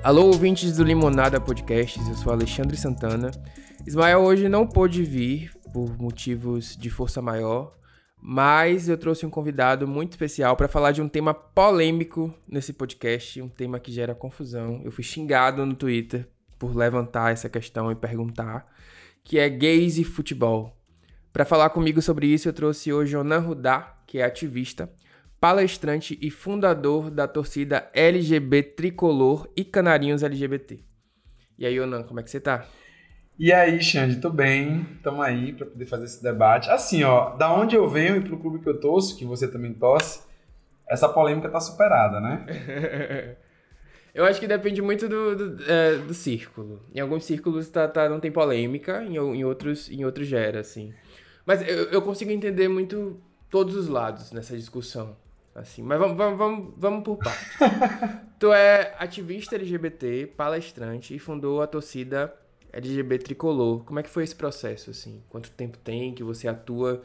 Alô, ouvintes do Limonada Podcasts, eu sou Alexandre Santana. Ismael hoje não pôde vir por motivos de força maior, mas eu trouxe um convidado muito especial para falar de um tema polêmico nesse podcast, um tema que gera confusão. Eu fui xingado no Twitter por levantar essa questão e perguntar, que é gays e futebol. Para falar comigo sobre isso, eu trouxe hoje Onan Rudá, que é ativista, palestrante e fundador da torcida LGBT Tricolor e Canarinhos LGBT. E aí, Onan, como é que você tá? E aí, Xande, tô bem, tamo aí pra poder fazer esse debate. Assim, ó, da onde eu venho e pro clube que eu torço, que você também torce, essa polêmica tá superada, né? Eu acho que depende muito do círculo. Em alguns círculos não tem polêmica, em outros gera, assim. Mas eu consigo entender muito todos os lados nessa discussão. Assim, mas vamos por partes. Tu é ativista LGBT, palestrante e fundou a torcida LGBT Tricolor. Como é que foi esse processo, assim? Quanto tempo tem que você atua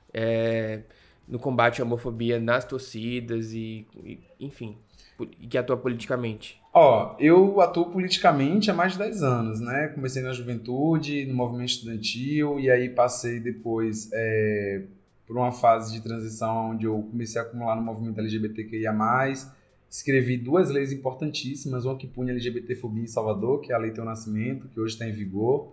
no combate à homofobia nas torcidas enfim, e que atua politicamente? Ó, eu atuo politicamente há mais de 10 anos, né? Comecei na juventude, no movimento estudantil, e aí passei depois por uma fase de transição onde eu comecei a acumular no movimento LGBTQIA+. Escrevi 2 leis importantíssimas, uma que punha LGBTfobia em Salvador, que é a Lei Teu Nascimento, que hoje está em vigor,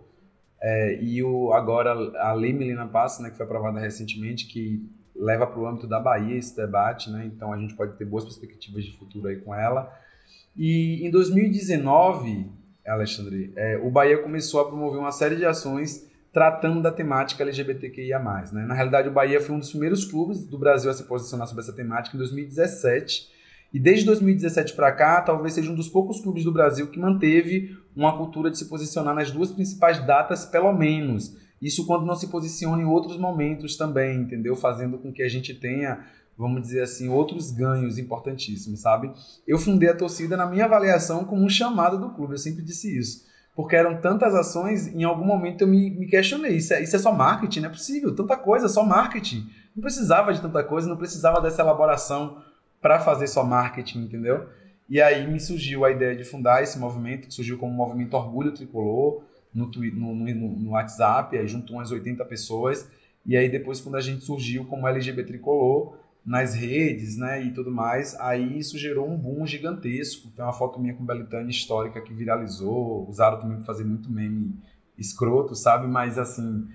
agora a Lei Milena Passa, né, que foi aprovada recentemente, que leva para o âmbito da Bahia esse debate, né? Então a gente pode ter boas perspectivas de futuro aí com ela. E em 2019, Alexandre, o Bahia começou a promover uma série de ações tratando da temática LGBTQIA+, né? Na realidade, o Bahia foi um dos primeiros clubes do Brasil a se posicionar sobre essa temática em 2017. E desde 2017 para cá, talvez seja um dos poucos clubes do Brasil que manteve uma cultura de se posicionar nas 2 principais datas, pelo menos. Isso quando não se posiciona em outros momentos também, entendeu? Fazendo com que a gente tenha, vamos dizer assim, outros ganhos importantíssimos, sabe? Eu fundei a torcida, na minha avaliação, como um chamado do clube, eu sempre disse isso. Porque eram tantas ações, em algum momento eu me questionei, isso é só marketing? Não é possível, tanta coisa, só marketing. Não precisava de tanta coisa, não precisava dessa elaboração para fazer só marketing, entendeu? E aí me surgiu a ideia de fundar esse movimento, que surgiu como o movimento Orgulho Tricolor, no WhatsApp, aí juntou umas 80 pessoas, e aí depois quando a gente surgiu como LGBT Tricolor, nas redes, né, e tudo mais, aí isso gerou um boom gigantesco. Tem uma foto minha com Belitânia histórica que viralizou, usaram também para fazer muito meme escroto, sabe? Mas assim,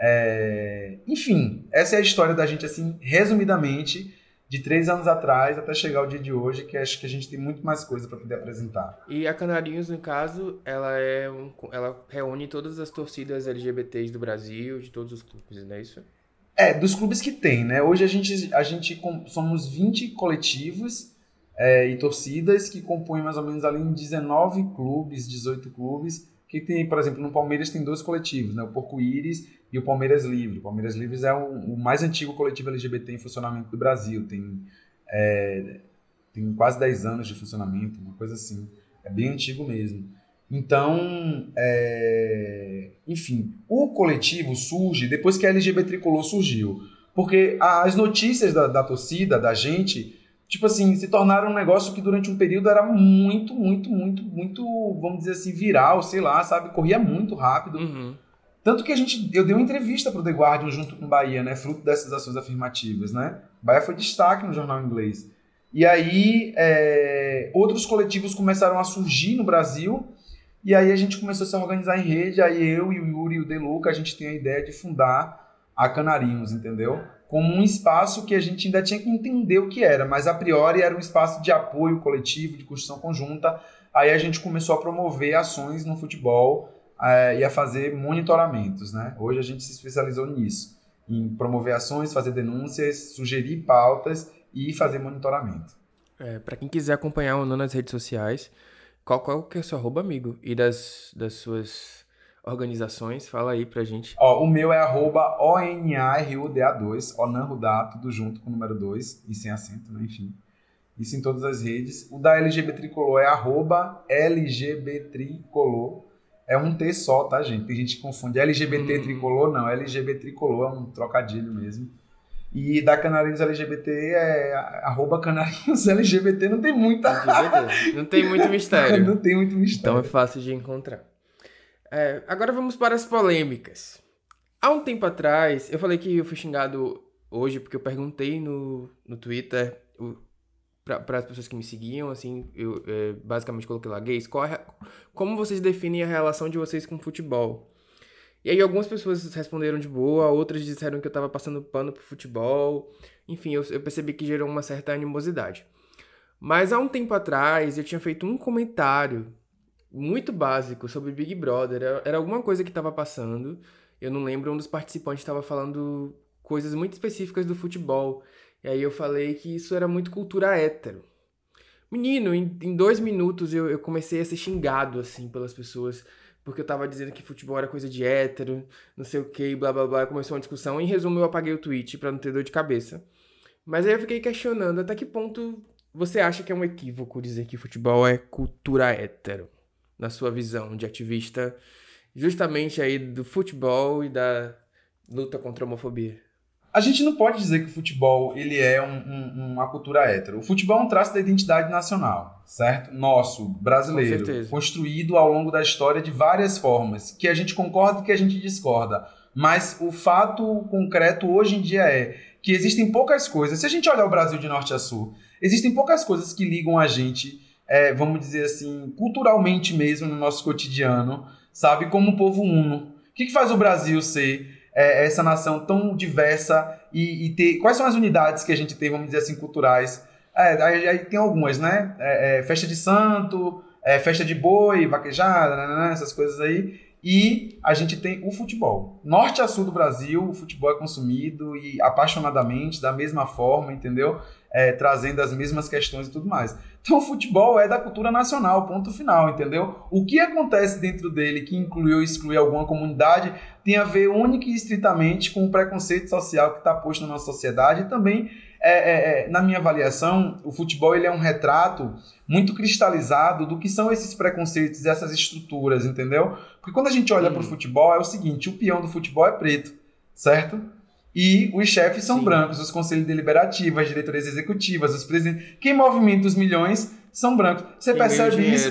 enfim, essa é a história da gente, assim, resumidamente, de 3 anos atrás até chegar ao dia de hoje, que acho que a gente tem muito mais coisa para poder apresentar. E a Canarinhos, no caso, ela reúne todas as torcidas LGBTs do Brasil, de todos os clubes, não é isso? Dos clubes que tem, né? Hoje a gente somos 20 coletivos e torcidas que compõem mais ou menos ali em 19 clubes, 18 clubes, que tem, por exemplo, no Palmeiras tem 2 coletivos, né? O Porco-Íris e o Palmeiras Livre. O Palmeiras Livre é o mais antigo coletivo LGBT em funcionamento do Brasil. Tem quase 10 anos de funcionamento, uma coisa assim. É bem antigo mesmo. Então, enfim, o coletivo surge depois que a LGBT Tricolor surgiu. Porque as notícias da torcida, da gente, tipo assim, se tornaram um negócio que durante um período era muito, muito, muito, muito, vamos dizer assim, viral, sei lá, sabe? Corria muito rápido. Uhum. Tanto que eu dei uma entrevista pro The Guardian junto com o Bahia, né? Fruto dessas ações afirmativas, né? O Bahia foi destaque no jornal inglês. E aí, outros coletivos começaram a surgir no Brasil. E aí a gente começou a se organizar em rede, aí eu e o Yuri e o Deluca, a gente tem a ideia de fundar a Canarinhos, entendeu? Como um espaço que a gente ainda tinha que entender o que era, mas a priori era um espaço de apoio coletivo, de construção conjunta. Aí a gente começou a promover ações no futebol e a fazer monitoramentos, né? Hoje a gente se especializou nisso, em promover ações, fazer denúncias, sugerir pautas e fazer monitoramento. Para quem quiser acompanhar o Onan nas redes sociais, qual que é o seu arroba, amigo? E das suas organizações, fala aí pra gente. Ó, o meu é @ONARUDA2, Onan Rudá, tudo junto com o número 2 e sem acento, né? Enfim. Isso em todas as redes. O da LGBT Tricolor é @LGBTricolor. É um T só, tá, gente? Tem gente que confunde LGBT Tricolor, não. LGBT Tricolor é um trocadilho mesmo. E da Canarinhos LGBT é @Canarinhos LGBT, não tem muita... Não tem muito mistério. Não tem muito mistério. Então é fácil de encontrar. Agora vamos para as polêmicas. Há um tempo atrás, eu falei que eu fui xingado hoje porque eu perguntei no Twitter para as pessoas que me seguiam, assim, eu basicamente coloquei lá, gays, como vocês definem a relação de vocês com o futebol? E aí algumas pessoas responderam de boa, outras disseram que eu tava passando pano pro futebol. Enfim, eu percebi que gerou uma certa animosidade. Mas há um tempo atrás, eu tinha feito um comentário muito básico sobre Big Brother. Era alguma coisa que tava passando. Eu não lembro, um dos participantes estava falando coisas muito específicas do futebol. E aí eu falei que isso era muito cultura hétero. Menino, em 2 minutos eu comecei a ser xingado, assim, pelas pessoas... porque eu tava dizendo que futebol era coisa de hétero, não sei o que, blá blá blá, começou uma discussão. Em resumo, eu apaguei o tweet pra não ter dor de cabeça. Mas aí eu fiquei questionando até que ponto você acha que é um equívoco dizer que futebol é cultura hétero, na sua visão de ativista, justamente aí do futebol e da luta contra a homofobia. A gente não pode dizer que o futebol ele é uma cultura hétero. O futebol é um traço da identidade nacional, certo? Nosso, brasileiro, construído ao longo da história de várias formas, que a gente concorda e que a gente discorda. Mas o fato concreto hoje em dia é que existem poucas coisas. Se a gente olhar o Brasil de norte a sul, existem poucas coisas que ligam a gente, vamos dizer assim, culturalmente mesmo no nosso cotidiano, sabe? Como um povo uno. O que faz o Brasil ser... essa nação tão diversa e ter... Quais são as unidades que a gente tem, vamos dizer assim, culturais? Aí tem algumas, né? Festa de santo, festa de boi, vaquejada, essas coisas aí. E a gente tem o futebol. Norte a sul do Brasil, o futebol é consumido e apaixonadamente, da mesma forma, entendeu? Trazendo as mesmas questões e tudo mais. Então o futebol é da cultura nacional, ponto final, entendeu? O que acontece dentro dele que inclui ou exclui alguma comunidade tem a ver única e estritamente com o preconceito social que está posto na nossa sociedade e também, na minha avaliação, o futebol ele é um retrato muito cristalizado do que são esses preconceitos e essas estruturas, entendeu? Porque quando a gente olha para o futebol é o seguinte, o peão do futebol é preto, certo? E os chefes são brancos, os conselhos deliberativos, as diretorias executivas, os presidentes. Quem movimenta os milhões são brancos. Você percebe isso?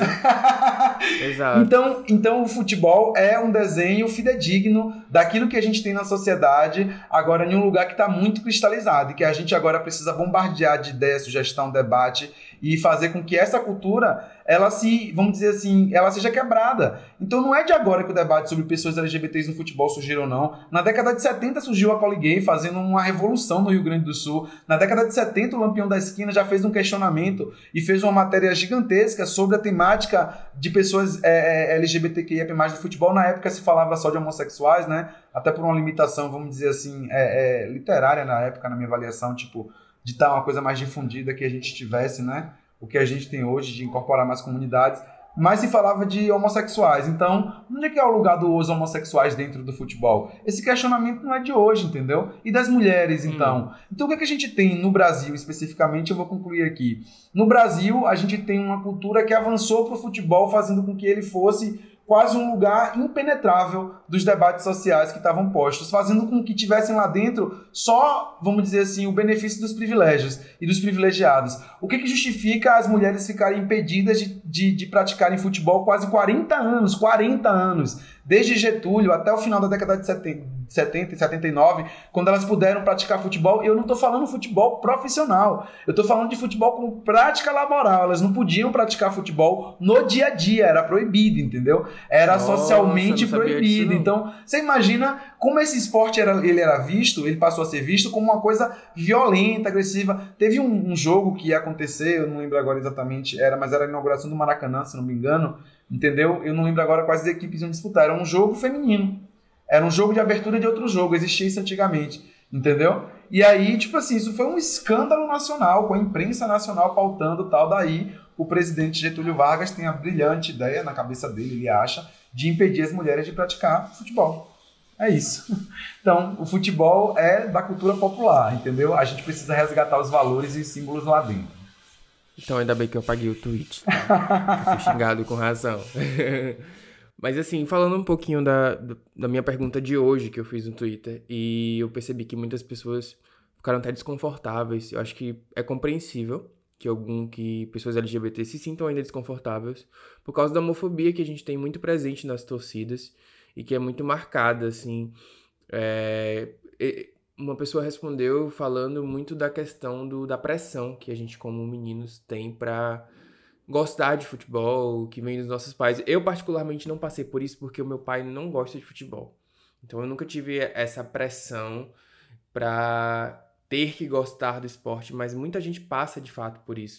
Exato. Então o futebol é um desenho fidedigno daquilo que a gente tem na sociedade, agora em um lugar que está muito cristalizado e que a gente agora precisa bombardear de ideia, sugestão, debate e fazer com que essa cultura, ela vamos dizer assim, ela seja quebrada. Então não é de agora que o debate sobre pessoas LGBTs no futebol surgiu ou não. Na década de 70 surgiu a Cole Gay fazendo uma revolução no Rio Grande do Sul. Na década de 70 o Lampião da Esquina já fez um questionamento e fez uma matéria gigantesca sobre a temática de pessoas LGBTQIA+ do futebol. Na época se falava só de homossexuais, né? Até por uma limitação, vamos dizer assim, literária na época, na minha avaliação, tipo, de estar uma coisa mais difundida que a gente tivesse, né? O que a gente tem hoje de incorporar mais comunidades. Mas se falava de homossexuais. Então, onde é que é o lugar dos homossexuais dentro do futebol? Esse questionamento não é de hoje, entendeu? E das mulheres, então? Então, o que é que a gente tem no Brasil, especificamente? Eu vou concluir aqui. No Brasil, a gente tem uma cultura que avançou para o futebol, fazendo com que ele fosse quase um lugar impenetrável dos debates sociais que estavam postos, fazendo com que tivessem lá dentro só, vamos dizer assim, o benefício dos privilégios e dos privilegiados. O que justifica as mulheres ficarem impedidas de praticarem futebol quase 40 anos, desde Getúlio até o final da década de 70 e 79, quando elas puderam praticar futebol. Eu não estou falando futebol profissional, eu estou falando de futebol como prática laboral. Elas não podiam praticar futebol no dia a dia, era proibido, entendeu? Era socialmente proibido. Então, você imagina como esse esporte ele passou a ser visto como uma coisa violenta, agressiva. Teve um jogo que ia acontecer, eu não lembro agora exatamente, mas era a inauguração do Maracanã, se não me engano, entendeu? Eu não lembro agora quais equipes iam disputar. Era um jogo feminino. Era um jogo de abertura de outro jogo. Existia isso antigamente, entendeu? E aí, tipo assim, isso foi um escândalo nacional, com a imprensa nacional pautando tal. Daí, o presidente Getúlio Vargas tem a brilhante ideia, na cabeça dele, ele acha, de impedir as mulheres de praticar futebol. É isso. Então, o futebol é da cultura popular, entendeu? A gente precisa resgatar os valores e os símbolos lá dentro. Então, ainda bem que eu apaguei o tweet, tá? Eu fui xingado com razão. Mas assim, falando um pouquinho da minha pergunta de hoje que eu fiz no Twitter, e eu percebi que muitas pessoas ficaram até desconfortáveis. Eu acho que é compreensível que pessoas LGBT se sintam ainda desconfortáveis por causa da homofobia que a gente tem muito presente nas torcidas e que é muito marcada, assim. Uma pessoa respondeu falando muito da questão da pressão que a gente, como meninos, tem pra gostar de futebol, que vem dos nossos pais. Eu, particularmente, não passei por isso porque o meu pai não gosta de futebol. Então, eu nunca tive essa pressão pra ter que gostar do esporte, mas muita gente passa, de fato, por isso.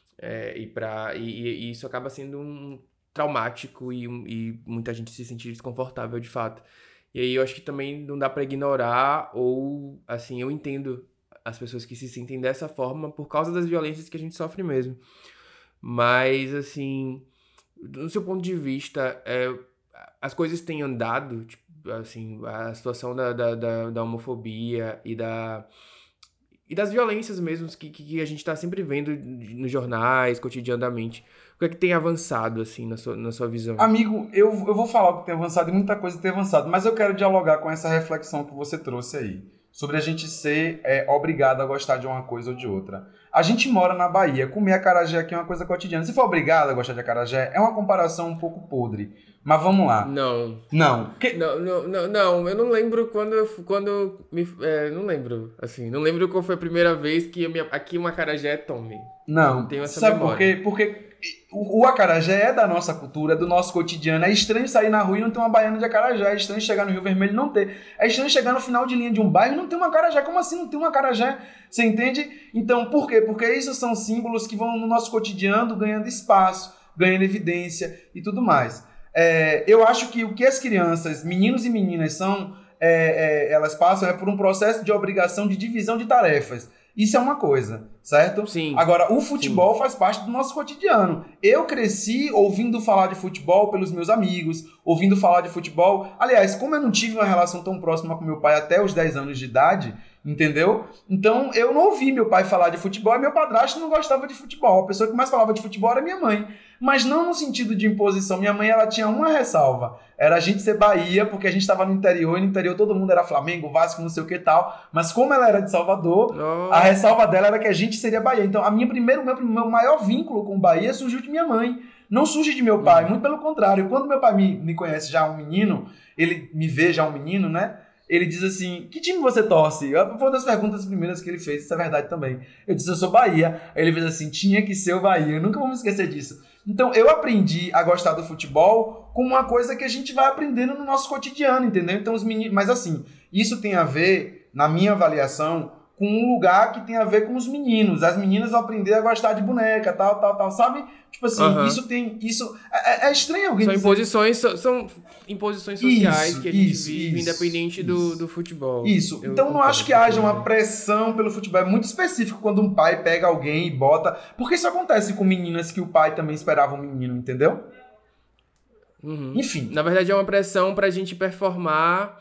E isso acaba sendo traumático e muita gente se sentir desconfortável, de fato. E aí eu acho que também não dá pra ignorar ou, assim, eu entendo as pessoas que se sentem dessa forma por causa das violências que a gente sofre mesmo. Mas, assim, do seu ponto de vista, as coisas têm andado, tipo, assim, a situação da homofobia e das violências mesmo que a gente tá sempre vendo nos jornais, cotidianamente. O que é que tem avançado, assim, na sua visão? Amigo, eu vou falar que tem avançado e muita coisa tem avançado, mas eu quero dialogar com essa reflexão que você trouxe aí, sobre a gente ser obrigado a gostar de uma coisa ou de outra. A gente mora na Bahia, comer acarajé aqui é uma coisa cotidiana. Se for obrigado a gostar de acarajé, é uma comparação um pouco podre. Mas vamos lá. Não. Não. Não, eu não lembro não lembro, assim, não lembro qual foi a primeira vez que aqui uma acarajé tome. Não. Não tenho essa Sabe memória. por quê? Porque o acarajé é da nossa cultura, é do nosso cotidiano. É estranho sair na rua e não ter uma baiana de acarajé. É estranho chegar no Rio Vermelho e não ter. É estranho chegar no final de linha de um bairro e não ter uma acarajé. Como assim não ter uma acarajé? Você entende? Então, por quê? Porque isso são símbolos que vão no nosso cotidiano ganhando espaço, ganhando evidência e tudo mais. Eu acho que o que as crianças, meninos e meninas, elas passam por um processo de obrigação de divisão de tarefas. Isso é uma coisa, certo? Sim. Agora, o futebol faz parte do nosso cotidiano. Eu cresci ouvindo falar de futebol pelos meus amigos, ouvindo falar de futebol. Aliás, como eu não tive uma relação tão próxima com meu pai até os 10 anos de idade, entendeu? Então, eu não ouvi meu pai falar de futebol e meu padrasto não gostava de futebol. A pessoa que mais falava de futebol era minha mãe. Mas não no sentido de imposição. Minha mãe, ela tinha uma ressalva. Era a gente ser Bahia, porque a gente estava no interior, e no interior todo mundo era Flamengo, Vasco, não sei o que e tal. Mas como ela era de Salvador, a ressalva dela era que a gente seria Bahia. Então, meu maior vínculo com Bahia surgiu de minha mãe. Não surge de meu pai, muito pelo contrário. Quando meu pai me conhece já um menino, ele me vê já um menino, né? Ele diz assim, que time você torce? Foi uma das perguntas primeiras que ele fez, isso é verdade também. Eu disse, eu sou Bahia. Aí ele fez assim, tinha que ser o Bahia. Eu nunca vou me esquecer disso. Então, eu aprendi a gostar do futebol como uma coisa que a gente vai aprendendo no nosso cotidiano, entendeu? Então, os meninos... Mas assim, isso tem a ver, na minha avaliação, com um lugar que tem a ver com os meninos. As meninas vão aprender a gostar de boneca, tal, sabe? Tipo assim, Isso é estranho alguém são dizer... São imposições sociais que a gente vive, independente do futebol. Isso. Então, não acho que haja uma pressão pelo futebol. É muito específico quando um pai pega alguém e bota... Porque isso acontece com meninas que o pai também esperava um menino, entendeu? Uhum. Enfim. Na verdade, é uma pressão pra gente performar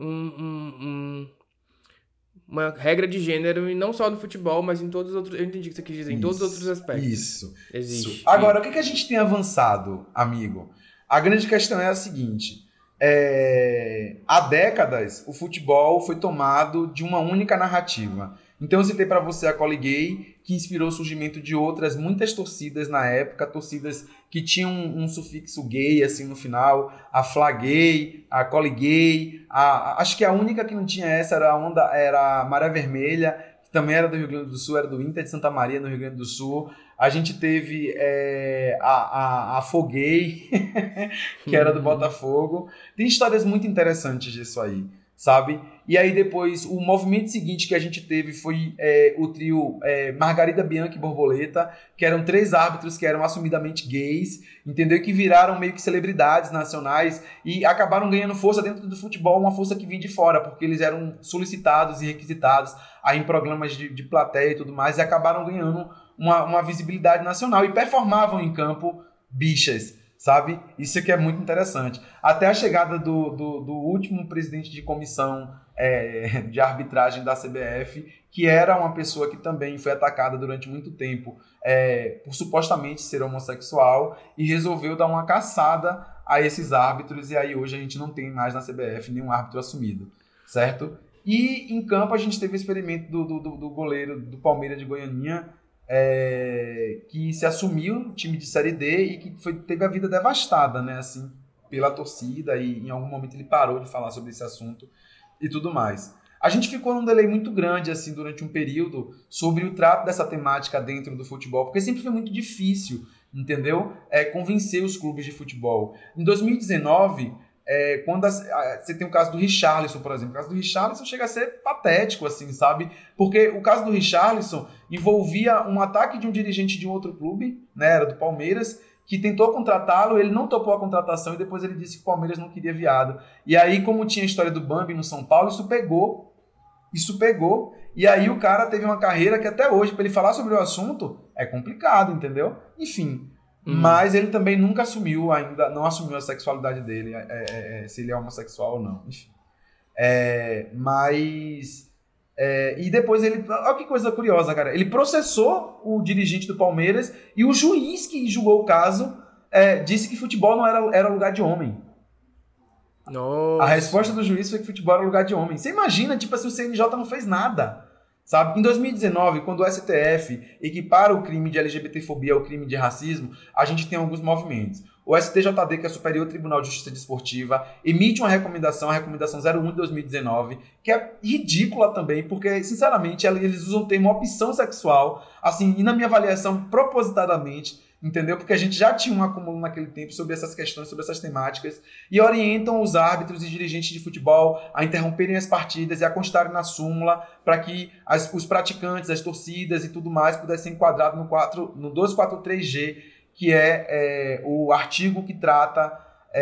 uma regra de gênero, e não só no futebol, mas em todos os outros... Eu entendi o que você quis dizer, em todos os outros aspectos. Isso. Existe. Agora, o que a gente tem avançado, amigo? A grande questão é a seguinte. Há décadas, o futebol foi tomado de uma única narrativa. Então, eu citei para você a Cole Gay, que inspirou o surgimento de muitas torcidas na época, torcidas que tinham um sufixo gay assim no final, a Fla Gay, a Cole Gay, acho que a única que não tinha essa era a Maré Vermelha, que também era do Rio Grande do Sul, era do Inter de Santa Maria, no Rio Grande do Sul. A gente teve a Foguei, que era do Botafogo. Tem histórias muito interessantes disso aí, sabe? E aí depois, o movimento seguinte que a gente teve foi o trio Margarida, Bianca e Borboleta, que eram 3 árbitros que eram assumidamente gays, entendeu? E que viraram meio que celebridades nacionais e acabaram ganhando força dentro do futebol, uma força que vinha de fora, porque eles eram solicitados e requisitados aí em programas de plateia e tudo mais, e acabaram ganhando uma visibilidade nacional e performavam em campo bichas, sabe? Isso aqui é muito interessante. Até a chegada do último presidente de comissão de arbitragem da CBF, que era uma pessoa que também foi atacada durante muito tempo por supostamente ser homossexual, e resolveu dar uma caçada a esses árbitros, e aí hoje a gente não tem mais na CBF nenhum árbitro assumido, certo? E em campo a gente teve o experimento do goleiro do Palmeiras de Goianinha, que se assumiu time de Série D e que teve a vida devastada, né, assim, pela torcida, e em algum momento ele parou de falar sobre esse assunto e tudo mais. A gente ficou num delay muito grande, assim, durante um período, sobre o trato dessa temática dentro do futebol, porque sempre foi muito difícil, entendeu? Convencer os clubes de futebol. Em 2019, quando você tem o caso do Richarlison, por exemplo. O caso do Richarlison chega a ser patético, assim, sabe? Porque o caso do Richarlison envolvia um ataque de um dirigente de um outro clube, né? Era do Palmeiras, que tentou contratá-lo, ele não topou a contratação e depois ele disse que o Palmeiras não queria viado. E aí, como tinha a história do Bambi no São Paulo, isso pegou, e aí o cara teve uma carreira que até hoje, para ele falar sobre o assunto, é complicado, entendeu? Enfim, mas ele também nunca assumiu ainda, não assumiu a sexualidade dele, se ele é homossexual ou não, enfim. E depois ele, olha que coisa curiosa, cara, ele processou o dirigente do Palmeiras e o juiz que julgou o caso disse que futebol não era lugar de homem. Nossa. A resposta do juiz foi que futebol era lugar de homem. Você imagina, tipo assim, o CNJ não fez nada, sabe? Em 2019, quando o STF equipara o crime de LGBTfobia ao crime de racismo, a gente tem alguns movimentos. O STJD, que é o Superior Tribunal de Justiça Desportiva, emite uma recomendação, a recomendação 01 de 2019, que é ridícula também, porque, sinceramente, eles usam o termo opção sexual, assim, e na minha avaliação, propositadamente, entendeu? Porque a gente já tinha um acúmulo naquele tempo sobre essas questões, sobre essas temáticas, e orientam os árbitros e dirigentes de futebol a interromperem as partidas e a constarem na súmula para que os praticantes, as torcidas e tudo mais pudessem ser enquadrados no 243G, que é o artigo que trata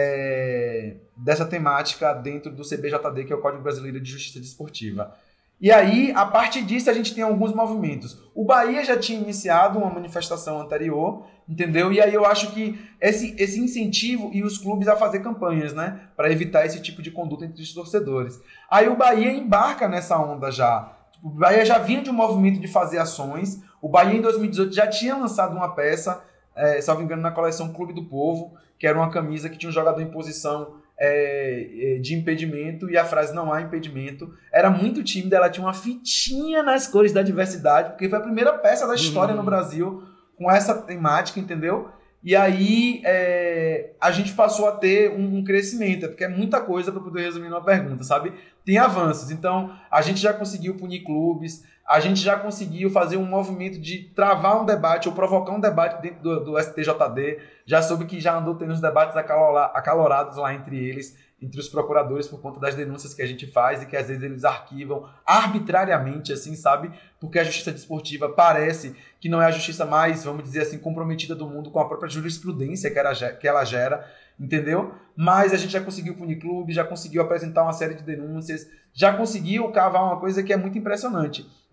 dessa temática dentro do CBJD, que é o Código Brasileiro de Justiça Desportiva. E aí, a partir disso, a gente tem alguns movimentos. O Bahia já tinha iniciado uma manifestação anterior, entendeu? E aí eu acho que esse incentivo e os clubes a fazer campanhas, né? Para evitar esse tipo de conduta entre os torcedores. Aí o Bahia embarca nessa onda já. O Bahia já vinha de um movimento de fazer ações. O Bahia, em 2018, já tinha lançado uma peça, salvo engano, na coleção Clube do Povo, que era uma camisa que tinha um jogador em posição de impedimento e a frase "não há impedimento". Era muito tímida, ela tinha uma fitinha nas cores da diversidade, porque foi a primeira peça da história no Brasil com essa temática, entendeu? E aí a gente passou a ter um crescimento, porque é muita coisa para poder resumir numa pergunta, sabe? Tem avanços, então a gente já conseguiu punir clubes, a gente já conseguiu fazer um movimento de travar um debate ou provocar um debate dentro do STJD, já soube que já andou tendo uns debates acalorados lá entre eles, entre os procuradores, por conta das denúncias que a gente faz e que às vezes eles arquivam arbitrariamente, assim, sabe? Porque a justiça desportiva parece que não é a justiça mais, vamos dizer assim, comprometida do mundo com a própria jurisprudência que ela gera, entendeu? Mas a gente já conseguiu punir clube, já conseguiu apresentar uma série de denúncias, já conseguiu cavar uma coisa que é muito impressionante. Em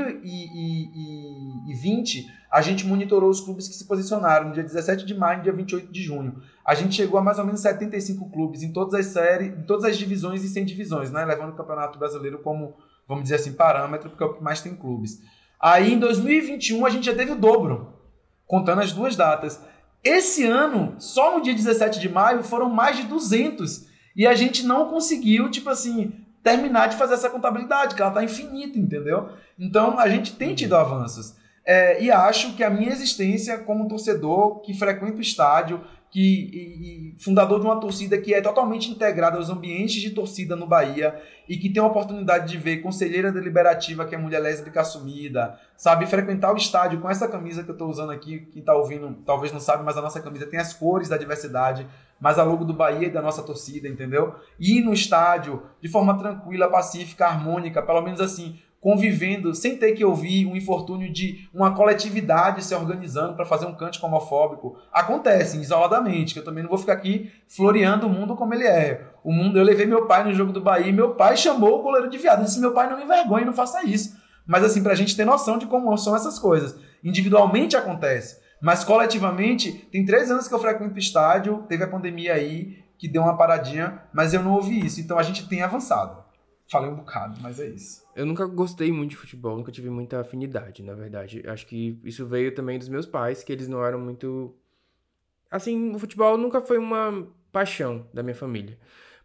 2020, a gente monitorou os clubes que se posicionaram no dia 17 de maio e no dia 28 de junho. A gente chegou a mais ou menos 75 clubes em todas as séries, em todas as divisões e 100 divisões, né? Levando o Campeonato Brasileiro como, vamos dizer assim, parâmetro, porque é o que mais tem clubes. Aí, em 2021, a gente já teve o dobro, contando as duas datas. Esse ano, só no dia 17 de maio, foram mais de 200. E a gente não conseguiu, tipo assim, terminar de fazer essa contabilidade, que ela está infinita, entendeu? Então, a gente tem tido avanços. E acho que a minha existência como torcedor que frequenta o estádio, e fundador de uma torcida que é totalmente integrada aos ambientes de torcida no Bahia e que tem a oportunidade de ver conselheira deliberativa que é mulher lésbica assumida, sabe, frequentar o estádio com essa camisa que eu estou usando aqui, quem está ouvindo talvez não sabe, mas a nossa camisa tem as cores da diversidade, mas a logo do Bahia e da nossa torcida, entendeu? Ir no estádio de forma tranquila, pacífica, harmônica, pelo menos assim, convivendo, sem ter que ouvir um infortúnio de uma coletividade se organizando para fazer um cântico homofóbico. Acontece isoladamente, que eu também não vou ficar aqui floreando o mundo como ele é. O mundo, eu levei meu pai no jogo do Bahia e meu pai chamou o goleiro de viado. Eu disse, meu pai, não me envergonhe, não faça isso. Mas assim, pra gente ter noção de como são essas coisas. Individualmente acontece, mas coletivamente, tem 3 anos que eu frequento o estádio, teve a pandemia aí, que deu uma paradinha, mas eu não ouvi isso. Então a gente tem avançado. Falei um bocado, mas é isso. Eu nunca gostei muito de futebol, nunca tive muita afinidade, na verdade. Acho que isso veio também dos meus pais, que eles não eram muito... Assim, o futebol nunca foi uma paixão da minha família.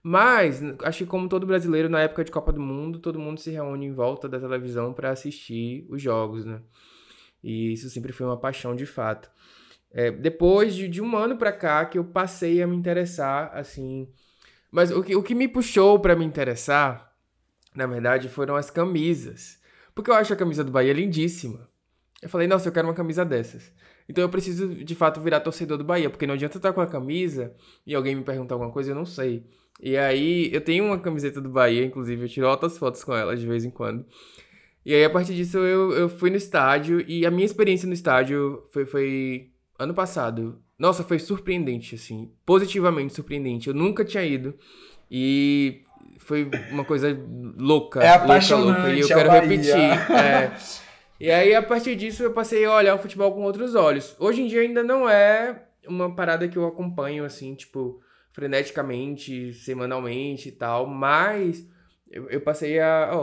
Mas, acho que como todo brasileiro, na época de Copa do Mundo, todo mundo se reúne em volta da televisão pra assistir os jogos, né? E isso sempre foi uma paixão de fato. Depois de um ano pra cá que eu passei a me interessar, assim... Mas o que me puxou pra me interessar, na verdade, foram as camisas. Porque eu acho a camisa do Bahia lindíssima. Eu falei, nossa, eu quero uma camisa dessas. Então eu preciso, de fato, virar torcedor do Bahia, porque não adianta eu estar com a camisa e alguém me perguntar alguma coisa, eu não sei. E aí, eu tenho uma camiseta do Bahia, inclusive, eu tiro altas fotos com ela de vez em quando. E aí, a partir disso, eu fui no estádio, e a minha experiência no estádio foi ano passado. Nossa, foi surpreendente, assim, positivamente surpreendente. Eu nunca tinha ido, e foi uma coisa louca, É louca, louca, e eu apaixonante a quero repetir. Bahia. E aí, a partir disso, eu passei a olhar o futebol com outros olhos. Hoje em dia ainda não é uma parada que eu acompanho, assim, tipo, freneticamente, semanalmente e tal, mas eu passei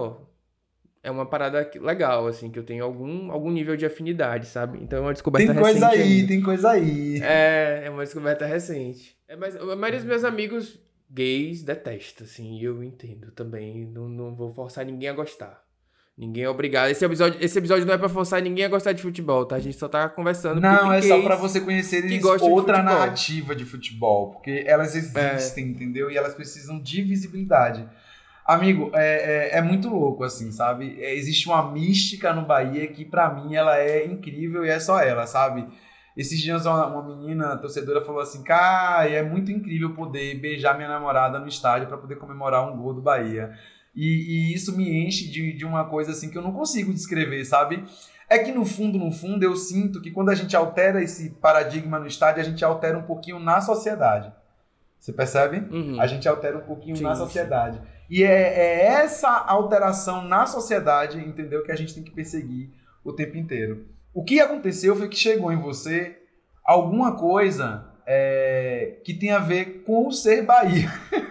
é uma parada legal, assim, que eu tenho algum nível de afinidade, sabe? Então é uma descoberta Tem coisa recente aí, ainda. tem coisa aí. É uma descoberta recente. Mas a maioria dos meus amigos gays detesta, assim, e eu entendo também. Não vou forçar ninguém a gostar. Ninguém é obrigado. Esse episódio não é pra forçar ninguém a gostar de futebol, tá? A gente só tá conversando porque Não, tem é só pra gays você conhecer que gostam de outra futebol. narrativa de futebol, porque elas É, existem, entendeu? E elas precisam de visibilidade. Amigo, é muito louco, assim, sabe? Existe uma mística no Bahia que, pra mim, ela é incrível e é só ela, sabe? Esses dias uma menina torcedora falou assim, cara, é muito incrível poder beijar minha namorada no estádio pra poder comemorar um gol do Bahia. E isso me enche de uma coisa, assim, que eu não consigo descrever, sabe? É que, no fundo, eu sinto que quando a gente altera esse paradigma no estádio, a gente altera um pouquinho na sociedade. Você percebe? A uhum, gente altera um pouquinho na sim, sim. sociedade. E é essa alteração na sociedade, entendeu, que a gente tem que perseguir o tempo inteiro. O que aconteceu foi que chegou em você alguma coisa que tem a ver com o ser Bahia,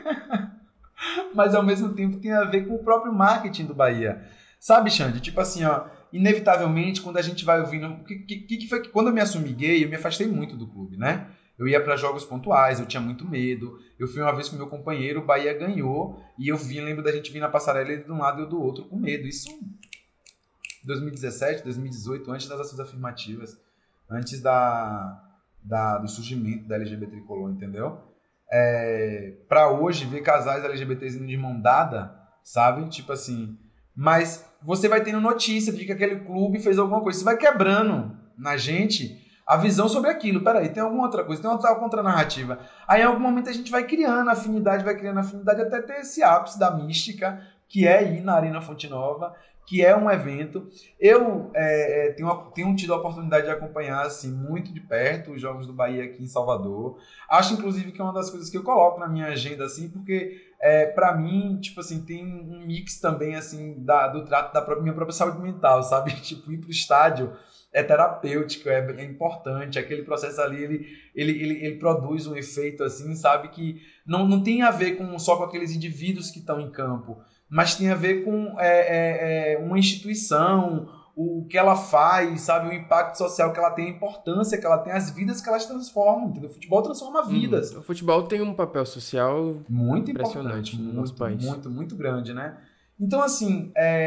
mas ao mesmo tempo tem a ver com o próprio marketing do Bahia. Sabe, Xande? Tipo assim, ó, inevitavelmente, quando a gente vai ouvindo. Que foi que quando eu me assumi gay, eu me afastei muito do clube, né? Eu ia para jogos pontuais, eu tinha muito medo. Eu fui uma vez com meu companheiro, o Bahia ganhou, e lembro da gente vir na passarela ele de um lado e eu do outro com medo. Isso em 2017, 2018, antes das ações afirmativas, antes do surgimento da LGBT tricolor, entendeu? Para hoje, ver casais LGBTs indo de mão dada, sabe? Tipo assim. Mas você vai tendo notícia de que aquele clube fez alguma coisa. Você vai quebrando na gente a visão sobre aquilo. Peraí, tem alguma outra coisa, tem outra contranarrativa. Aí em algum momento a gente vai criando afinidade até ter esse ápice da mística, que é ir na Arena Fonte Nova, que é um evento. Eu tenho tido a oportunidade de acompanhar assim, muito de perto os Jogos do Bahia aqui em Salvador. Acho, inclusive, que é uma das coisas que eu coloco na minha agenda, assim, porque para mim, tipo assim, tem um mix também, assim, do trato da minha própria saúde mental, sabe? Tipo, ir pro estádio é terapêutico, é importante. Aquele processo ali, ele produz um efeito, assim, sabe? Que não tem a ver só com aqueles indivíduos que estão em campo, mas tem a ver com uma instituição, o que ela faz, sabe? O impacto social que ela tem, a importância que ela tem, as vidas que elas transformam, entendeu? O futebol transforma Uhum. vidas. O futebol tem um papel social Muito importante, impressionante no nosso muito, país. muito, muito grande, né? Então, assim,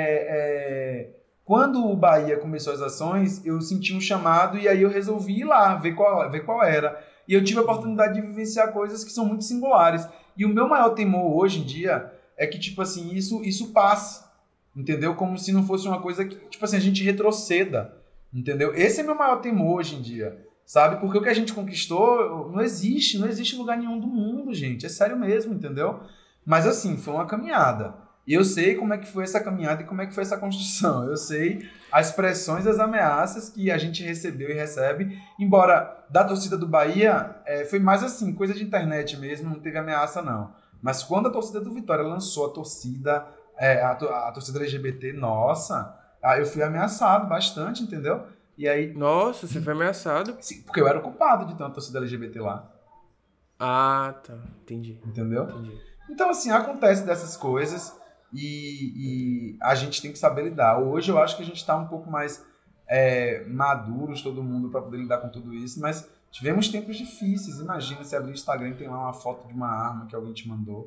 quando o Bahia começou as ações, eu senti um chamado e aí eu resolvi ir lá, ver qual era. E eu tive a oportunidade de vivenciar coisas que são muito singulares. E o meu maior temor hoje em dia é que, tipo assim, isso passe, entendeu? Como se não fosse uma coisa que, tipo assim, a gente retroceda, entendeu? Esse é meu maior temor hoje em dia, sabe? Porque o que a gente conquistou não existe em lugar nenhum do mundo, gente. É sério mesmo, entendeu? Mas assim, foi uma caminhada. E eu sei como é que foi essa caminhada e como é que foi essa construção. Eu sei as pressões e as ameaças que a gente recebeu e recebe. Embora da torcida do Bahia, foi mais assim, coisa de internet mesmo, não teve ameaça não. Mas quando a torcida do Vitória lançou a torcida, a torcida LGBT, nossa, eu fui ameaçado bastante, entendeu? E aí, Nossa, você foi ameaçado? sim, porque eu era o culpado de ter uma torcida LGBT lá, Ah, tá. Entendi. entendeu? Entendi. Então, assim, acontece dessas coisas e a gente tem que saber lidar. Hoje eu acho que a gente está um pouco mais maduros, todo mundo, para poder lidar com tudo isso, mas tivemos tempos difíceis. Imagina se abrir o Instagram e tem lá uma foto de uma arma que alguém te mandou.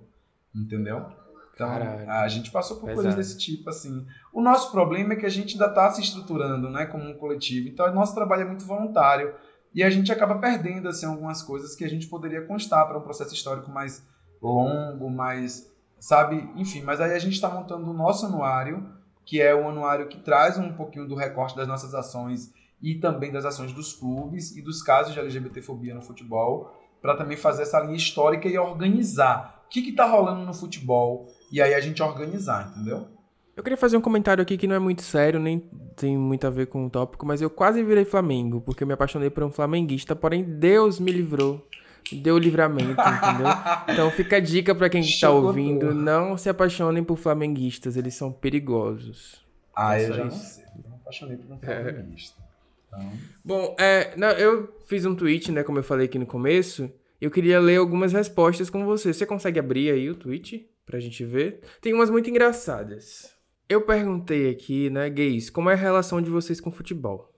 entendeu? Então, Caralho, a gente passou por pesado. coisas desse tipo, assim. O nosso problema é que a gente ainda está se estruturando, né, como um coletivo. Então, o nosso trabalho é muito voluntário e a gente acaba perdendo, assim, algumas coisas que a gente poderia constar para um processo histórico mais longo, mais, sabe? Enfim, mas aí a gente está montando o nosso anuário, que é um anuário que traz um pouquinho do recorte das nossas ações e também das ações dos clubes e dos casos de LGBTfobia no futebol, para também fazer essa linha histórica e organizar o que está rolando no futebol e aí a gente organizar, entendeu? Eu queria fazer um comentário aqui que não é muito sério, nem tem muito a ver com o tópico, mas eu quase virei Flamengo, porque eu me apaixonei por um flamenguista, porém Deus me livrou, me deu o livramento, entendeu? Então fica a dica pra quem tá Chocotou. ouvindo, não se apaixonem por flamenguistas, eles são perigosos. Ah, É eu só já não isso. sei. Eu me apaixonei por um flamenguista. Então, Bom, não, eu fiz um tweet, né, como eu falei aqui no começo, eu queria ler algumas respostas com você. Você consegue abrir aí o tweet pra gente ver? Tem umas muito engraçadas. Eu perguntei aqui, né, gays, como é a relação de vocês com futebol?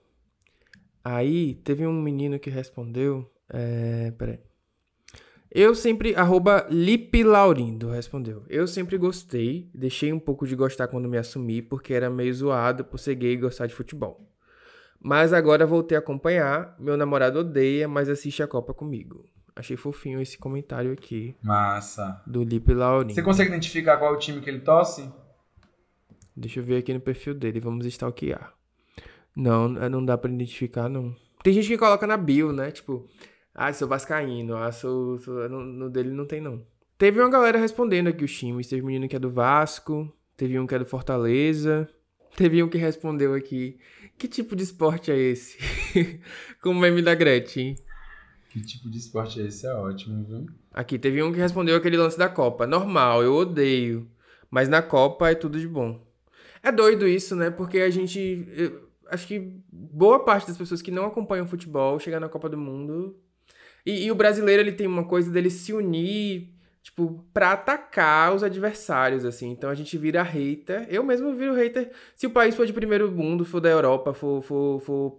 Aí teve um menino que respondeu, peraí. Eu sempre, @liplaurindo respondeu. Eu sempre gostei, deixei um pouco de gostar quando me assumi, porque era meio zoado por ser gay e gostar de futebol. Mas agora voltei a acompanhar, meu namorado odeia, mas assiste a Copa comigo. Achei fofinho esse comentário aqui, massa. do Lipe Laurindo. Você consegue identificar qual é o time que ele torce? Deixa eu ver aqui no perfil dele, vamos stalkear. Não dá pra identificar, não. Tem gente que coloca na bio, né? Tipo, sou vascaíno, no dele não tem, não. Teve uma galera respondendo aqui os times. Teve um menino que é do Vasco, teve um que é do Fortaleza, teve um que respondeu aqui, que tipo de esporte é esse? Com o meme da Gretchen. Que tipo de esporte é esse? É ótimo, viu? Aqui, teve um que respondeu aquele lance da Copa. Normal, eu odeio, mas na Copa é tudo de bom. É doido isso, né? Porque acho que boa parte das pessoas que não acompanham futebol chega na Copa do Mundo. E o brasileiro, ele tem uma coisa dele se unir, tipo, pra atacar os adversários, assim. Então a gente vira hater. Eu mesmo viro hater. Se o país for de primeiro mundo, for da Europa, for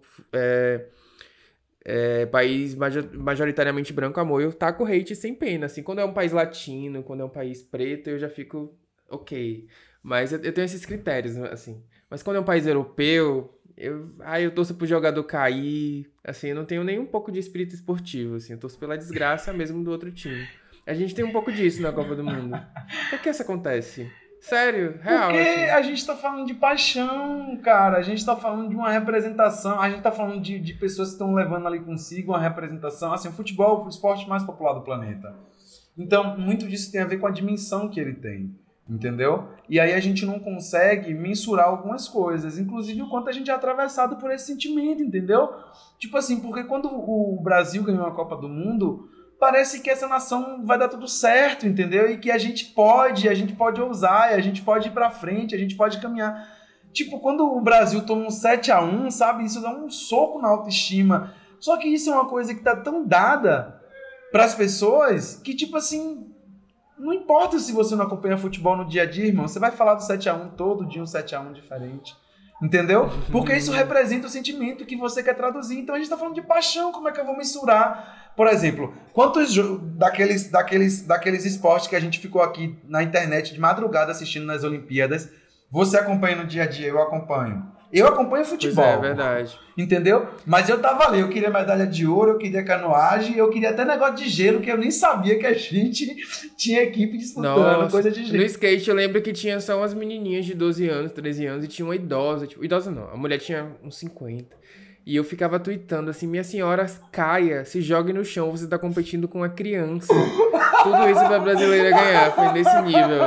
país majoritariamente branco, amor, eu taco hate sem pena, assim. Quando é um país latino, quando é um país preto, eu já fico ok. Mas eu tenho esses critérios, assim. Mas quando é um país europeu, eu torço pro jogador cair, assim, eu não tenho nem um pouco de espírito esportivo, assim. Eu torço pela desgraça mesmo do outro time. A gente tem um pouco disso na Copa do Mundo. Por que isso acontece? Sério, real, Porque assim. a gente tá falando de paixão, cara. A gente tá falando de uma representação. A gente tá falando de pessoas que estão levando ali consigo uma representação. Assim, o futebol é o esporte mais popular do planeta. Então, muito disso tem a ver com a dimensão que ele tem. Entendeu? E aí a gente não consegue mensurar algumas coisas. Inclusive o quanto a gente é atravessado por esse sentimento, entendeu? Tipo assim, porque quando o Brasil ganhou a Copa do Mundo, parece que essa nação vai dar tudo certo, entendeu? E que a gente pode ousar, e a gente pode ir pra frente, a gente pode caminhar. Tipo, quando o Brasil toma um 7-1, sabe? Isso dá um soco na autoestima. Só que isso é uma coisa que tá tão dada pras pessoas que, tipo assim, não importa se você não acompanha futebol no dia a dia, irmão, você vai falar do 7-1 todo dia, um 7-1 diferente. Entendeu? Porque isso representa o sentimento que você quer traduzir. Então a gente tá falando de paixão, como é que eu vou mensurar? Por exemplo, quantos daqueles esportes que a gente ficou aqui na internet de madrugada assistindo nas Olimpíadas, você acompanha no dia a dia, eu acompanho. Eu acompanho futebol. Pois é verdade. Entendeu? Mas eu tava ali, eu queria medalha de ouro, eu queria canoagem, eu queria até negócio de gelo, que eu nem sabia que a gente tinha equipe disputando, coisa de gelo. No skate eu lembro que tinha só umas menininhas de 12 anos, 13 anos, e tinha uma idosa, tipo, idosa não, a mulher tinha uns 50. E eu ficava tweetando assim, minha senhora, caia, se jogue no chão, você tá competindo com uma criança. Tudo isso pra brasileira ganhar, foi nesse nível,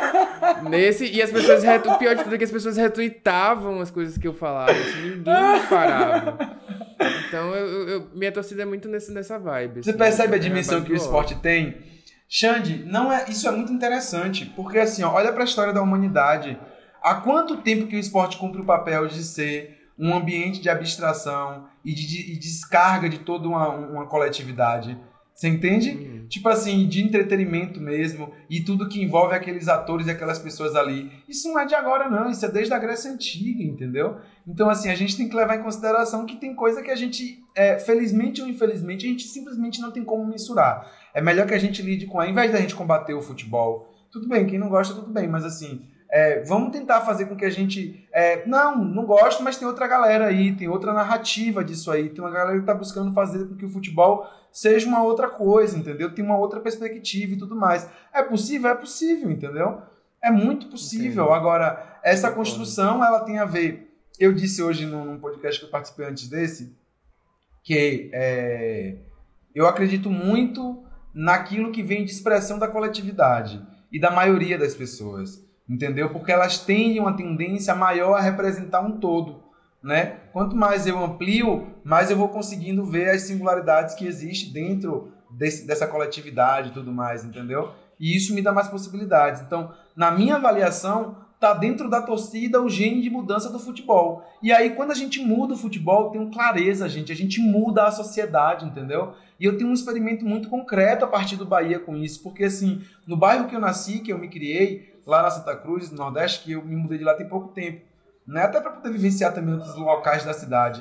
assim. E as pessoas, o pior de tudo é que as pessoas retweetavam as coisas que eu falava, assim, ninguém parava. Então, minha torcida é muito nessa vibe. Você assim, percebe a é dimensão base que o do esporte tem? Xande, isso é muito interessante, porque assim, ó, olha pra história da humanidade. Há quanto tempo que o esporte cumpre o papel de ser um ambiente de abstração e de descarga de toda uma coletividade? Você entende? Tipo assim, de entretenimento mesmo, e tudo que envolve aqueles atores e aquelas pessoas ali. Isso não é de agora, não. Isso é desde a Grécia Antiga, entendeu? Então, assim, a gente tem que levar em consideração que tem coisa que a gente, felizmente ou infelizmente, a gente simplesmente não tem como mensurar. É melhor que a gente lide com, ao invés da gente combater o futebol, tudo bem, quem não gosta, tudo bem, mas assim, vamos tentar fazer com que a gente... não gosto, mas tem outra galera aí, tem outra narrativa disso aí, tem uma galera que está buscando fazer com que o futebol seja uma outra coisa, entendeu? Tem uma outra perspectiva e tudo mais. É possível? É possível, entendeu? É muito possível. Entendi. Agora, essa construção, ela tem a ver... Eu disse hoje num podcast que eu participei antes desse, que eu acredito muito naquilo que vem de expressão da coletividade e da maioria das pessoas, entendeu? Porque elas têm uma tendência maior a representar um todo, né? Quanto mais eu amplio, mais eu vou conseguindo ver as singularidades que existem dentro dessa coletividade e tudo mais, entendeu? E isso me dá mais possibilidades. Então, na minha avaliação, tá dentro da torcida o gene de mudança do futebol. E aí, quando a gente muda o futebol, eu tenho clareza, gente. A gente muda a sociedade, entendeu? E eu tenho um experimento muito concreto a partir do Bahia com isso. Porque, assim, no bairro que eu nasci, que eu me criei, lá na Santa Cruz, no Nordeste, que eu me mudei de lá tem pouco tempo, né? Até para poder vivenciar também outros locais da cidade.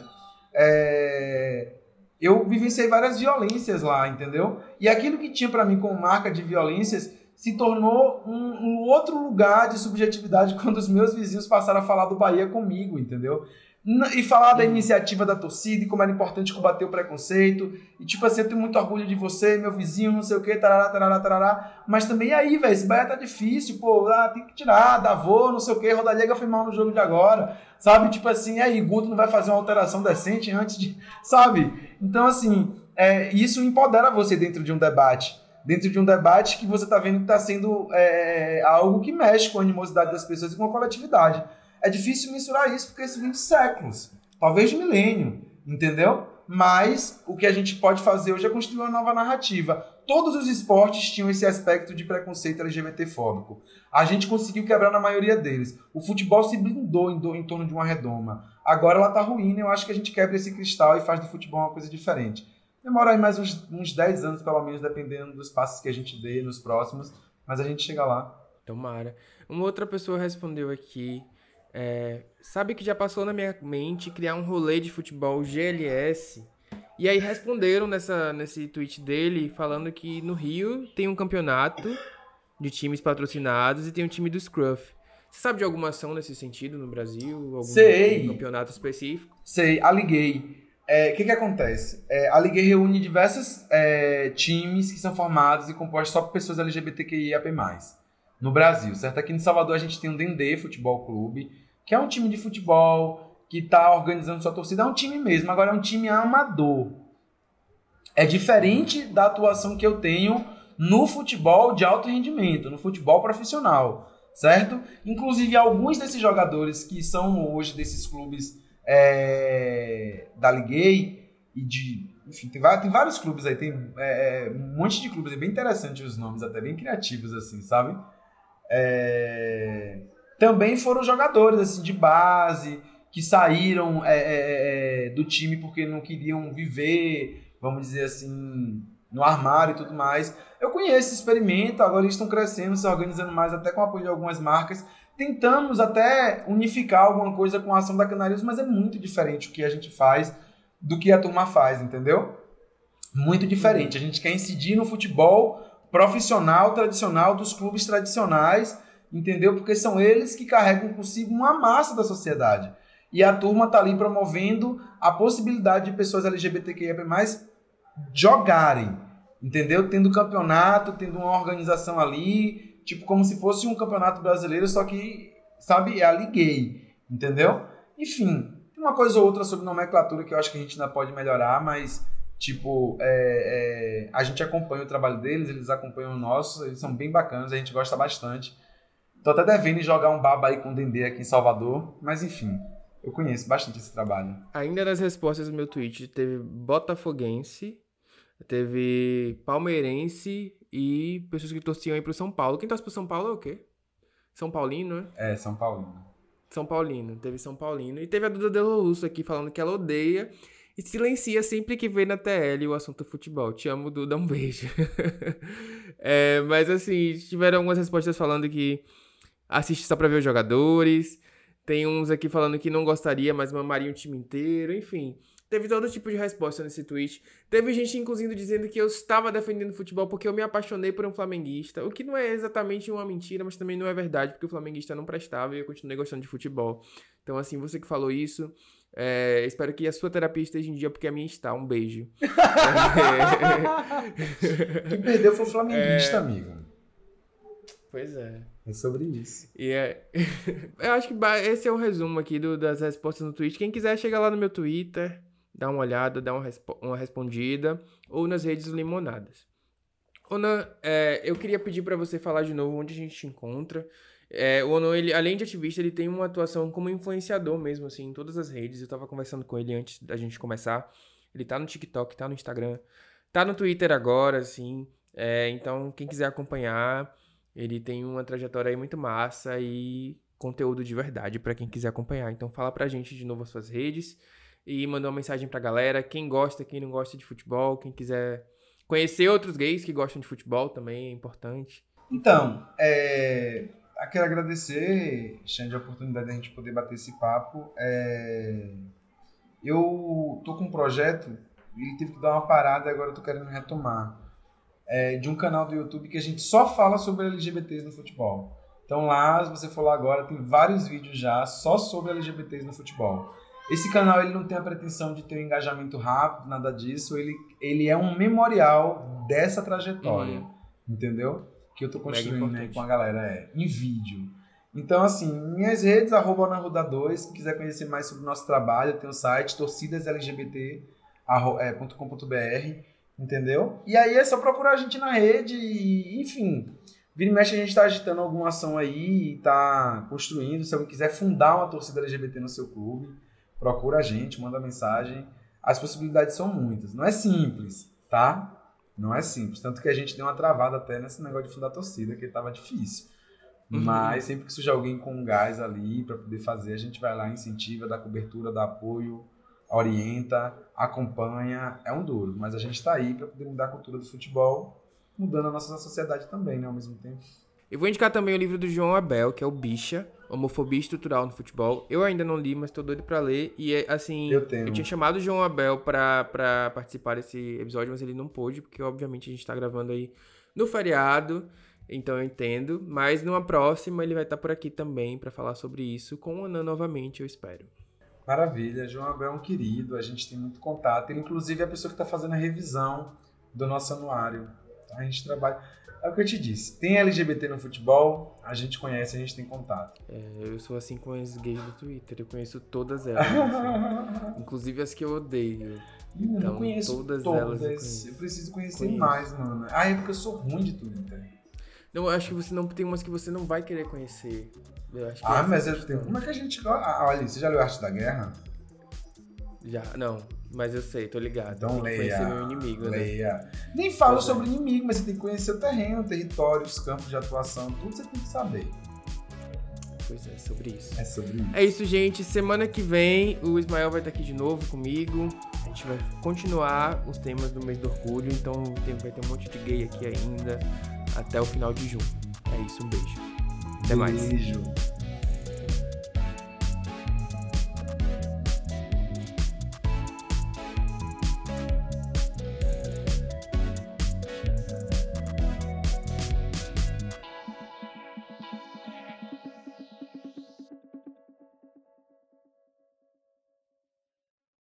Eu vivenciei várias violências lá, entendeu? E aquilo que tinha para mim como marca de violências se tornou um outro lugar de subjetividade quando os meus vizinhos passaram a falar do Bahia comigo, entendeu? E falar da iniciativa da torcida e como era importante combater o preconceito. E tipo assim, eu tenho muito orgulho de você, meu vizinho, não sei o que, tarará, tarará, tarará. Mas também aí, velho, esse Bahia tá difícil, pô, tem que tirar, Davô, não sei o que, Rodallega foi mal no jogo de agora, sabe? Tipo assim, aí, Guto não vai fazer uma alteração decente antes de... Sabe? Então, assim, isso empodera você dentro de um debate. Dentro de um debate que você está vendo que está sendo algo que mexe com a animosidade das pessoas e com a coletividade. É difícil mensurar isso porque isso vem de séculos, talvez de milênio, entendeu? Mas o que a gente pode fazer hoje é construir uma nova narrativa. Todos os esportes tinham esse aspecto de preconceito LGBT-fóbico. A gente conseguiu quebrar na maioria deles. O futebol se blindou em torno de uma redoma. Agora ela está ruindo e eu acho que a gente quebra esse cristal e faz do futebol uma coisa diferente. Demora aí mais uns 10 anos, pelo menos, dependendo dos passos que a gente dê nos próximos, mas a gente chega lá. Tomara. Uma outra pessoa respondeu aqui, sabe que já passou na minha mente criar um rolê de futebol GLS? E aí responderam nesse tweet dele, falando que no Rio tem um campeonato de times patrocinados e tem um time do Scruff. Você sabe de alguma ação nesse sentido no Brasil? Algum campeonato específico? Sei, aliguei. O que acontece? A Liga reúne diversos times que são formados e compostos só por pessoas LGBTQIAP+, no Brasil, certo? Aqui em Salvador a gente tem o Dendê Futebol Clube, que é um time de futebol que está organizando sua torcida. É um time mesmo, agora é um time amador. É diferente da atuação que eu tenho no futebol de alto rendimento, no futebol profissional, certo? Inclusive, alguns desses jogadores que são hoje desses clubes da Liguei e enfim, tem vários clubes aí, tem um monte de clubes, é bem interessante os nomes, até bem criativos assim, sabe? Também foram jogadores assim, de base que saíram do time porque não queriam viver, vamos dizer assim, no armário e tudo mais. Eu conheço esse experimento, agora eles estão crescendo, se organizando mais, até com o apoio de algumas marcas. Tentamos até unificar alguma coisa com a ação da Canarinhos, mas é muito diferente o que a gente faz do que a turma faz, entendeu? Muito diferente. A gente quer incidir no futebol profissional, tradicional, dos clubes tradicionais, entendeu? Porque são eles que carregam consigo uma massa da sociedade. E a turma está ali promovendo a possibilidade de pessoas LGBTQIA+, jogarem, entendeu? Tendo campeonato, tendo uma organização ali, tipo como se fosse um campeonato brasileiro, só que, sabe, é a Liguei, entendeu? Enfim, tem uma coisa ou outra sobre nomenclatura que eu acho que a gente ainda pode melhorar, mas, tipo, a gente acompanha o trabalho deles, eles acompanham o nosso, eles são bem bacanas, a gente gosta bastante. Tô até devendo jogar um baba aí com o Dendê aqui em Salvador, mas enfim, eu conheço bastante esse trabalho. Ainda nas respostas do meu tweet, teve botafoguense, teve palmeirense e pessoas que torciam aí pro São Paulo. Quem torce pro São Paulo é o quê? São Paulino, né? São Paulino. São Paulino, teve São Paulino. E teve a Duda Delo Russo aqui falando que ela odeia e silencia sempre que vê na TL o assunto futebol. Te amo, Duda, um beijo. Mas assim, tiveram algumas respostas falando que assiste só pra ver os jogadores. Tem uns aqui falando que não gostaria, mas mamaria o time inteiro. Enfim, Teve todo tipo de resposta nesse tweet. Teve gente, inclusive, dizendo que eu estava defendendo futebol porque eu me apaixonei por um flamenguista. O que não é exatamente uma mentira, mas também não é verdade, porque o flamenguista não prestava e eu continuei gostando de futebol. Então, assim, você que falou isso, espero que a sua terapia esteja em dia, porque a minha está. Um beijo. Quem perdeu foi o flamenguista, amigo. Pois é. É sobre isso. E eu acho que esse é o resumo aqui das respostas no Twitter. Quem quiser, chega lá no meu Twitter, dá uma olhada, dá uma respondida, ou nas redes Limonadas. Ona, eu queria pedir para você falar de novo onde a gente te encontra. O Ono, ele, além de ativista, ele tem uma atuação como influenciador mesmo, assim, em todas as redes. Eu tava conversando com ele antes da gente começar. Ele tá no TikTok, tá no Instagram, tá no Twitter agora, assim. Então, quem quiser acompanhar, ele tem uma trajetória aí muito massa e conteúdo de verdade pra quem quiser acompanhar. Então, fala pra gente de novo as suas redes e manda uma mensagem pra galera. Quem gosta, quem não gosta de futebol, quem quiser conhecer outros gays que gostam de futebol também é importante. Então, quero agradecer, Xande, a oportunidade de a gente poder bater esse papo. Eu tô com um projeto, ele teve que dar uma parada e agora eu tô querendo retomar. De um canal do YouTube que a gente só fala sobre LGBTs no futebol. Então lá, se você for lá agora, tem vários vídeos já só sobre LGBTs no futebol. Esse canal ele não tem a pretensão de ter um engajamento rápido, nada disso. Ele é um memorial dessa trajetória, entendeu? Que eu tô construindo, né, com a galera em vídeo. Então, assim, minhas redes, @onarruda2, quem quiser conhecer mais sobre o nosso trabalho, tem o site torcidaslgbt.com.br, entendeu? E aí é só procurar a gente na rede e, enfim, vira e mexe a gente tá agitando alguma ação aí, tá construindo. Se alguém quiser fundar uma torcida LGBT no seu clube, procura a gente, manda mensagem. As possibilidades são muitas. Não é simples, tá? Não é simples. Tanto que a gente deu uma travada até nesse negócio de fundar torcida, que tava difícil. Mas sempre que surge alguém com um gás ali para poder fazer, a gente vai lá, incentiva, dá cobertura, dá apoio, orienta, acompanha. É um duro, mas a gente tá aí para poder mudar a cultura do futebol, mudando a nossa sociedade também, né, ao mesmo tempo. Eu vou indicar também o livro do João Abel, que é o Bicha, Homofobia Estrutural no Futebol. Eu ainda não li, mas tô doido pra ler. E, assim, eu tinha chamado o João Abel pra participar desse episódio, mas ele não pôde, porque, obviamente, a gente tá gravando aí no feriado, então eu entendo. Mas numa próxima, ele vai estar por aqui também pra falar sobre isso, com o Anan novamente, eu espero. Maravilha, João Abel é um querido, a gente tem muito contato. Ele, inclusive, é a pessoa que tá fazendo a revisão do nosso anuário. A gente trabalha... É o que eu te disse. Tem LGBT no futebol, a gente conhece, a gente tem contato. Eu sou assim com as gays do Twitter. Eu conheço todas elas. Assim. Inclusive as que eu odeio. Eu não conheço todas elas. Eu preciso conhecer mais, mano. É porque eu sou ruim de Twitter. Não, eu acho que você não tem umas que você não vai querer conhecer. Eu acho que mas eu tenho. Como é que a gente... olha, você já leu Arte da Guerra? Já, não. Mas eu sei, tô ligado. Então leia. Conhecer meu inimigo, leia. Né? Nem falo sobre inimigo, mas você tem que conhecer o terreno, o território, os campos de atuação, tudo você tem que saber. Pois é, sobre isso. É sobre isso. É isso, gente. Semana que vem o Ismael vai estar aqui de novo comigo. A gente vai continuar os temas do mês do orgulho, então vai ter um monte de gay aqui ainda até o final de junho. É isso, um beijo. Até mais. Beijo.